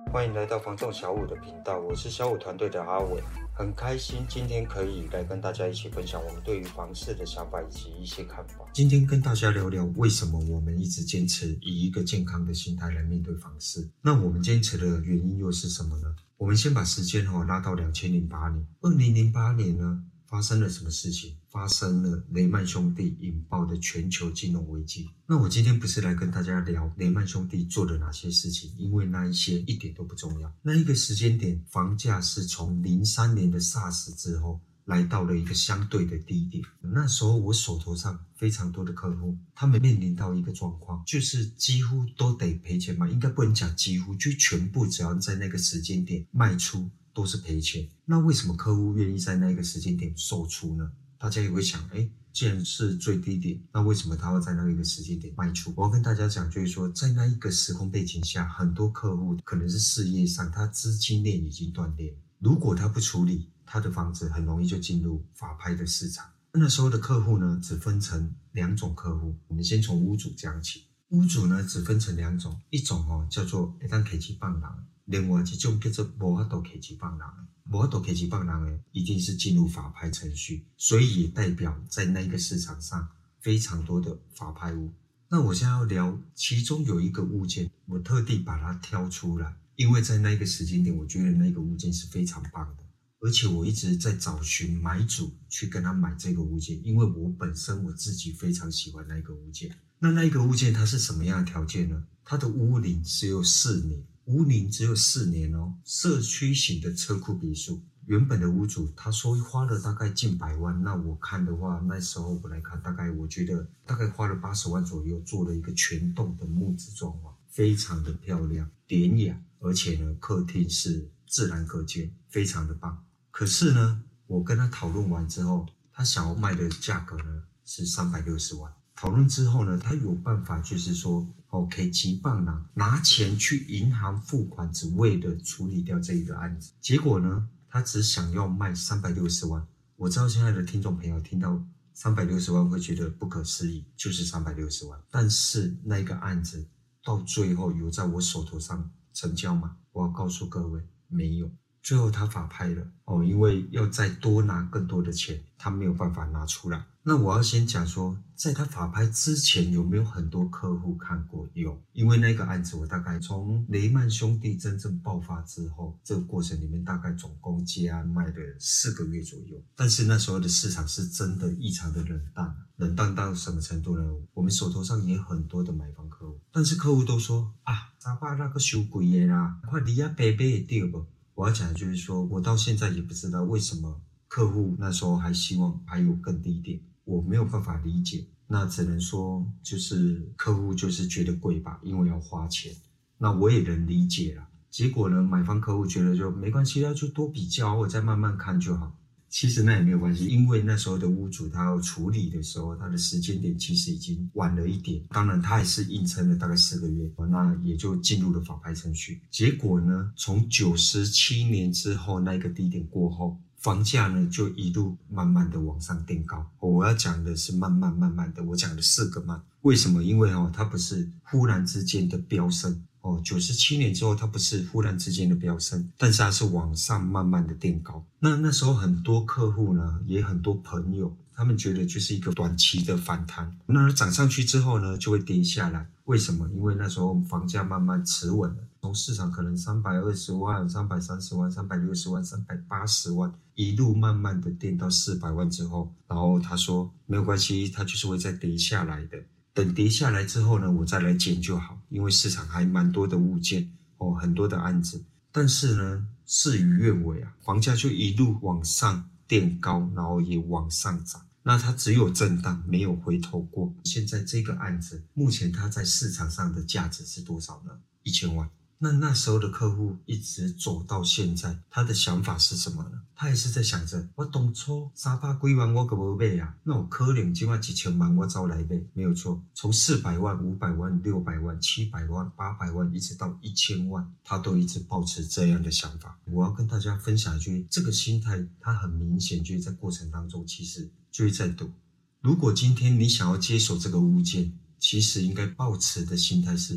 欢迎来到房仲小五的频道，我是小五团队的阿伟，很开心今天可以来跟大家一起分享我们对于房市的想法以及一些看法。今天跟大家聊聊为什么我们一直坚持以一个健康的心态来面对房市。那我们坚持的原因又是什么呢？我们先把时间拉到2008年，2008年呢发生了什么事情？发生了雷曼兄弟引爆的全球金融危机。那我今天不是来跟大家聊雷曼兄弟做了哪些事情，因为那一些一点都不重要。那一个时间点，房价是从03年的 SARS 之后来到了一个相对的低点。那时候我手头上非常多的客户，他们面临到一个状况，就是几乎都得赔钱嘛，应该不能讲几乎，就全部只要在那个时间点卖出都是赔钱。那为什么客户愿意在那个时间点售出呢？大家也会想，既然是最低点，那为什么他要在那一个时间点卖出？我要跟大家讲，就是说在那一个时空背景下，很多客户可能是事业上他资金链已经断裂，如果他不处理，他的房子很容易就进入法拍的市场。那时候的客户呢，只分成两种客户，我们先从屋主讲起。屋主呢只分成两种，一种叫做会当开钱放人，另外一种叫做无法度开钱放人。无法度开钱放人一定是进入法拍程序，所以也代表在那个市场上非常多的法拍屋。那我现在要聊其中有一个物件，我特地把它挑出来，因为在那个时间点，我觉得那个物件是非常棒的，而且我一直在找寻买主去跟他买这个物件，因为我本身我自己非常喜欢那个物件。那一个物件它是什么样的条件呢？它的屋龄只有4年，屋龄只有4年哦，社区型的车库别墅。原本的屋主他说花了大概近100万，那我看的话，那时候我来看，我觉得大概花了80万左右，做了一个全栋的木质装潢，非常的漂亮典雅，而且呢客厅是自然隔间，非常的棒。可是呢，我跟他讨论完之后，他想要卖的价格呢是360万。讨论之后呢，他有办法，就是说开钱放人，拿钱去银行付款，只为了处理掉这一个案子。结果呢，他只想要卖360万。我知道现在的听众朋友听到360万会觉得不可思议，就是360万。但是那个案子到最后有在我手头上成交吗？我要告诉各位，没有。最后他法拍了因为要再多拿更多的钱，他没有办法拿出来。那我要先讲说，在他法拍之前有没有很多客户看过？有，因为那个案子我大概从雷曼兄弟真正爆发之后，这个过程里面大概总共接案卖了4个月左右。但是那时候的市场是真的异常的冷淡到什么程度呢？我们手头上也很多的买房客户，但是客户都说300那个收贵的啦，快离啊白白的对不？我要讲的就是说，我到现在也不知道为什么客户那时候还希望还有更低点，我没有办法理解。那只能说就是客户就是觉得贵吧，因为要花钱，那我也能理解啦。结果呢，买方客户觉得就没关系，就多比较，我再慢慢看就好。其实那也没有关系，因为那时候的屋主他要处理的时候，他的时间点其实已经晚了一点。当然他还是硬撑了大概4个月，那也就进入了法拍程序。结果呢，从97年之后那个低点过后，房价呢就一路慢慢的往上垫高。我要讲的是慢慢的，我讲的4个慢。为什么？因为它不是忽然之间的飙升。97年之后它不是忽然之间的飙升，但是它是往上慢慢的垫高。那时候很多客户呢，也很多朋友，他们觉得就是一个短期的反弹，那涨上去之后呢就会跌下来。为什么？因为那时候房价慢慢持稳了，从市场可能320万、330万、360万、380万，一路慢慢的垫到400万之后，然后他说没有关系，它就是会再跌下来的。等跌下来之后呢，我再来捡就好，因为市场还蛮多的物件很多的案子。但是呢，事与愿违啊，房价就一路往上垫高，然后也往上涨。那它只有震荡，没有回头过。现在这个案子，目前它在市场上的价值是多少呢？1000万。那时候的客户一直走到现在，他的想法是什么呢？他也是在想着，我当初300几万我都没买啊，那我可能现在1000万我早来买，没有错。从400万、500万、600万、700万、800万，一直到1000万，他都一直抱持这样的想法。我要跟大家分享一句，这个心态，他很明显就是在过程当中，其实就是在赌。如果今天你想要接手这个物件，其实应该抱持的心态是，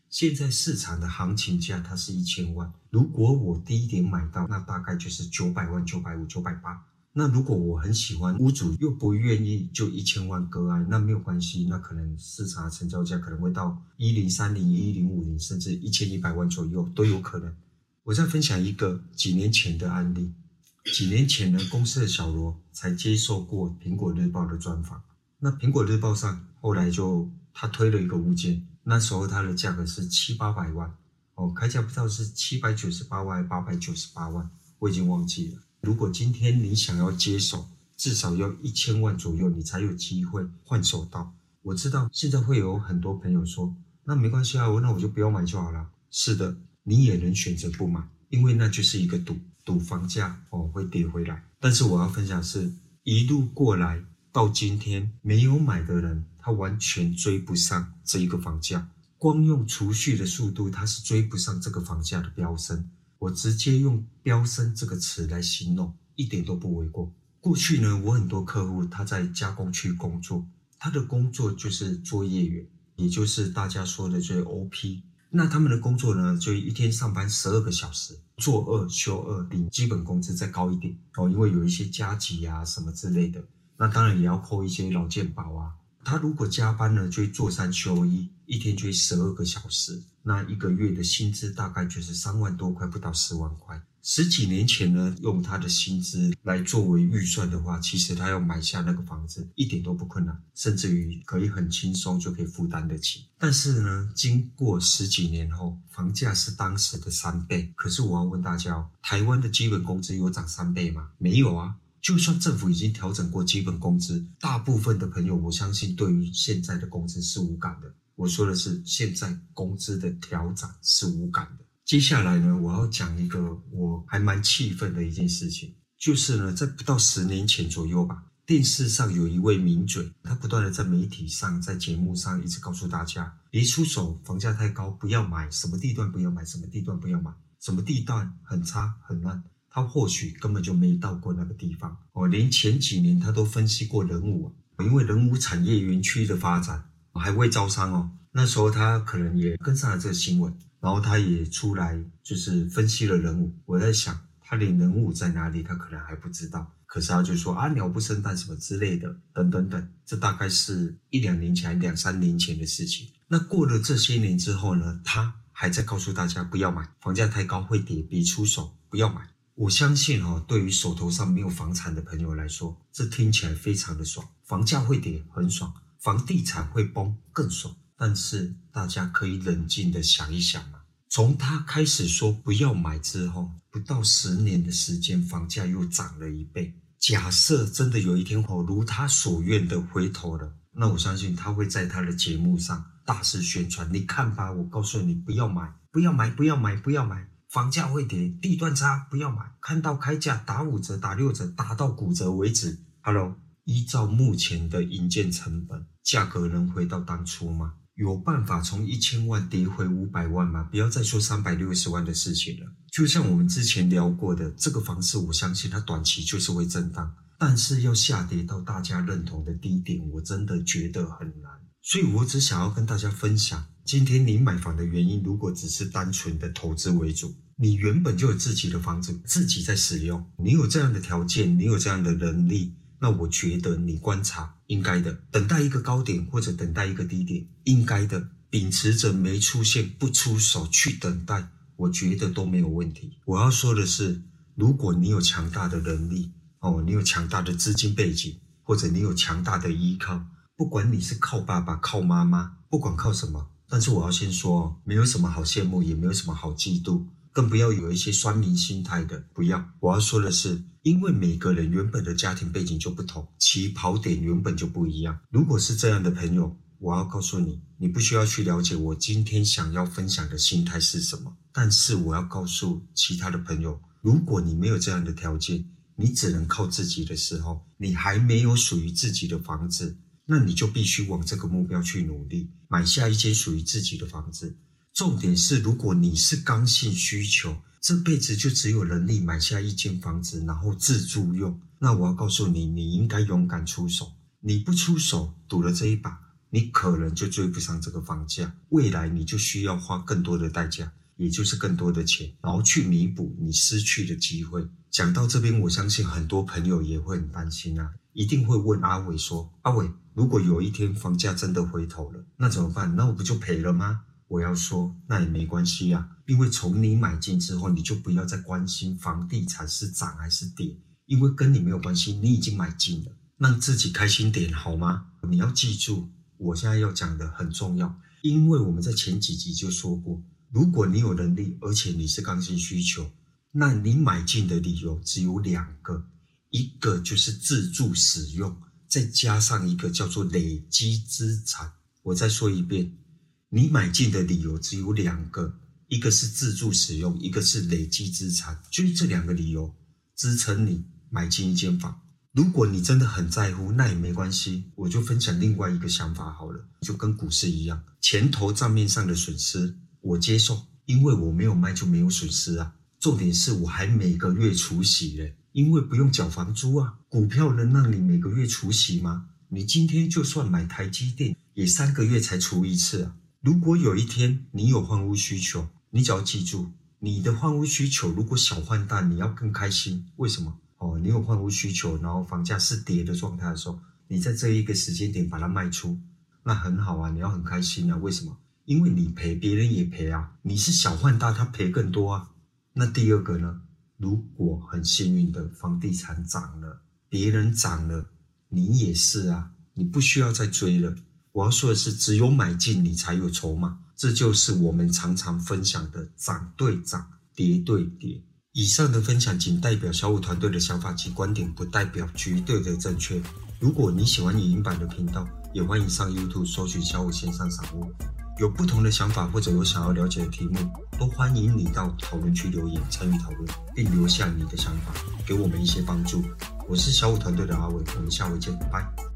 现在市场的行情价它是1000万，如果我低点买到，那大概就是900万、950、980。那如果我很喜欢，屋主又不愿意就1000万割爱，那没有关系，那可能市场的成交价可能会到1030、1050，甚至1100万左右都有可能。我再分享一个几年前的案例。几年前呢，公司的小罗才接受过苹果日报的专访。那苹果日报上后来他推了一个物件，那时候它的价格是700-800万，开价不知道是798万还是898万，我已经忘记了。如果今天你想要接手，至少要1000万左右，你才有机会换手到。我知道现在会有很多朋友说，那没关系啊，那我就不要买就好了。是的，你也能选择不买，因为那就是一个赌房价会跌回来。但是我要分享的是，一路过来到今天，没有买的人，他完全追不上这一个房价，光用储蓄的速度，他是追不上这个房价的飙升。我直接用飙升这个词来形容，一点都不为过。过去呢，我很多客户他在加工区工作，他的工作就是作业员，也就是大家说的就是 OP。那他们的工作呢，就一天上班12个小时，做2休2，领基本工资再高一点因为有一些加急啊什么之类的。那当然也要扣一些劳健保啊。他如果加班呢，就会做3休1，一天就会12个小时。那一个月的薪资大概就是3万多块，不到4万块。10几年前呢，用他的薪资来作为预算的话，其实他要买下那个房子一点都不困难，甚至于可以很轻松就可以负担得起。但是呢，经过10几年后，房价是当时的3倍。可是我要问大家台湾的基本工资有涨3倍吗？没有啊。就算政府已经调整过基本工资，大部分的朋友我相信对于现在的工资是无感的。我说的是现在工资的调整是无感的。接下来呢，我要讲一个我还蛮气愤的一件事情，就是呢，在不到10年前左右吧，电视上有一位名嘴，他不断的在媒体上，在节目上一直告诉大家，别出手，房价太高，不要买，什么地段不要买，什么地段不要买，什么地段很差很烂。他或许根本就没到过那个地方连前几年他都分析过仁武因为仁武产业园区的发展还未招商那时候他可能也跟上了这个新闻，然后他也出来就是分析了仁武。我在想，他连仁武在哪里他可能还不知道，可是他就说鸟不生蛋什么之类的等等等，这大概是1-2年前2-3年前的事情。那过了这些年之后呢，他还在告诉大家不要买，房价太高会跌，别出手，不要买。我相信对于手头上没有房产的朋友来说，这听起来非常的爽。房价会跌很爽，房地产会崩更爽。但是大家可以冷静的想一想从他开始说不要买之后，不到10年的时间，房价又涨了1倍。假设真的有一天如他所愿的回头了，那我相信他会在他的节目上大肆宣传，你看吧，我告诉你不要买，不要买，不要买，不要买，房价会跌，地段差，不要买，看到开价打5折打6折，打到骨折为止。 Hello， 依照目前的营建成本，价格能回到当初吗？有办法从1000万跌回500万吗？不要再说360万的事情了。就像我们之前聊过的，这个房市我相信它短期就是会震荡，但是要下跌到大家认同的低点，我真的觉得很难。所以我只想要跟大家分享，今天你买房的原因，如果只是单纯的投资为主，你原本就有自己的房子，自己在使用，你有这样的条件，你有这样的能力，那我觉得你观察应该的，等待一个高点或者等待一个低点，应该的，秉持着没出现不出手去等待，我觉得都没有问题。我要说的是，如果你有强大的能力你有强大的资金背景，或者你有强大的依靠，不管你是靠爸爸靠妈妈，不管靠什么，但是我要先说没有什么好羡慕，也没有什么好嫉妒，更不要有一些酸民心态的，不要。我要说的是，因为每个人原本的家庭背景就不同，起跑点原本就不一样。如果是这样的朋友，我要告诉你，你不需要去了解我今天想要分享的心态是什么。但是我要告诉其他的朋友，如果你没有这样的条件，你只能靠自己的时候，你还没有属于自己的房子，那你就必须往这个目标去努力，买下一间属于自己的房子。重点是，如果你是刚性需求，这辈子就只有能力买下一间房子，然后自住用，那我要告诉你，你应该勇敢出手。你不出手，赌了这一把， 你可能就追不上这个房价，未来你就需要花更多的代价，也就是更多的钱，然后去弥补你失去的机会。讲到这边，我相信很多朋友也会很担心啊，一定会问阿伟说，阿伟，如果有一天房价真的回头了，那怎么办？那我不就赔了吗？我要说，那也没关系啊，因为从你买进之后，你就不要再关心房地产是涨还是跌，因为跟你没有关系，你已经买进了，让自己开心点好吗？你要记住，我现在要讲的很重要，因为我们在前几集就说过，如果你有能力，而且你是刚性需求，那你买进的理由只有2个，一个就是自住使用，再加上一个叫做累积资产。我再说一遍，你买进的理由只有2个，一个是自住使用，一个是累积资产，就是这2个理由支撑你买进一间房。如果你真的很在乎，那也没关系，我就分享另外一个想法好了，就跟股市一样，钱头账面上的损失我接受，因为我没有卖就没有损失啊。重点是我还每个月除息耶，因为不用缴房租啊。股票能让你每个月除息吗？你今天就算买台积电，也3个月才除一次啊。如果有一天你有换屋需求，你只要记住，你的换屋需求如果小换大，你要更开心。为什么？你有换屋需求，然后房价是跌的状态的时候，你在这一个时间点把它卖出，那很好啊，你要很开心啊。为什么？因为你赔，别人也赔啊。你是小换大，他赔更多啊。那第2个呢？如果很幸运的房地产涨了，别人涨了，你也是啊，你不需要再追了。我要说的是，只有买进你才有筹码，这就是我们常常分享的涨对涨，跌对跌。以上的分享仅代表小武团队的想法及观点，不代表绝对的正确。如果你喜欢影音版的频道，也欢迎上 YouTube 搜寻小武线上赏屋。有不同的想法或者有想要了解的题目，都欢迎你到讨论区留言参与讨论，并留下你的想法，给我们一些帮助。我是小武团队的阿伟，我们下回见，拜。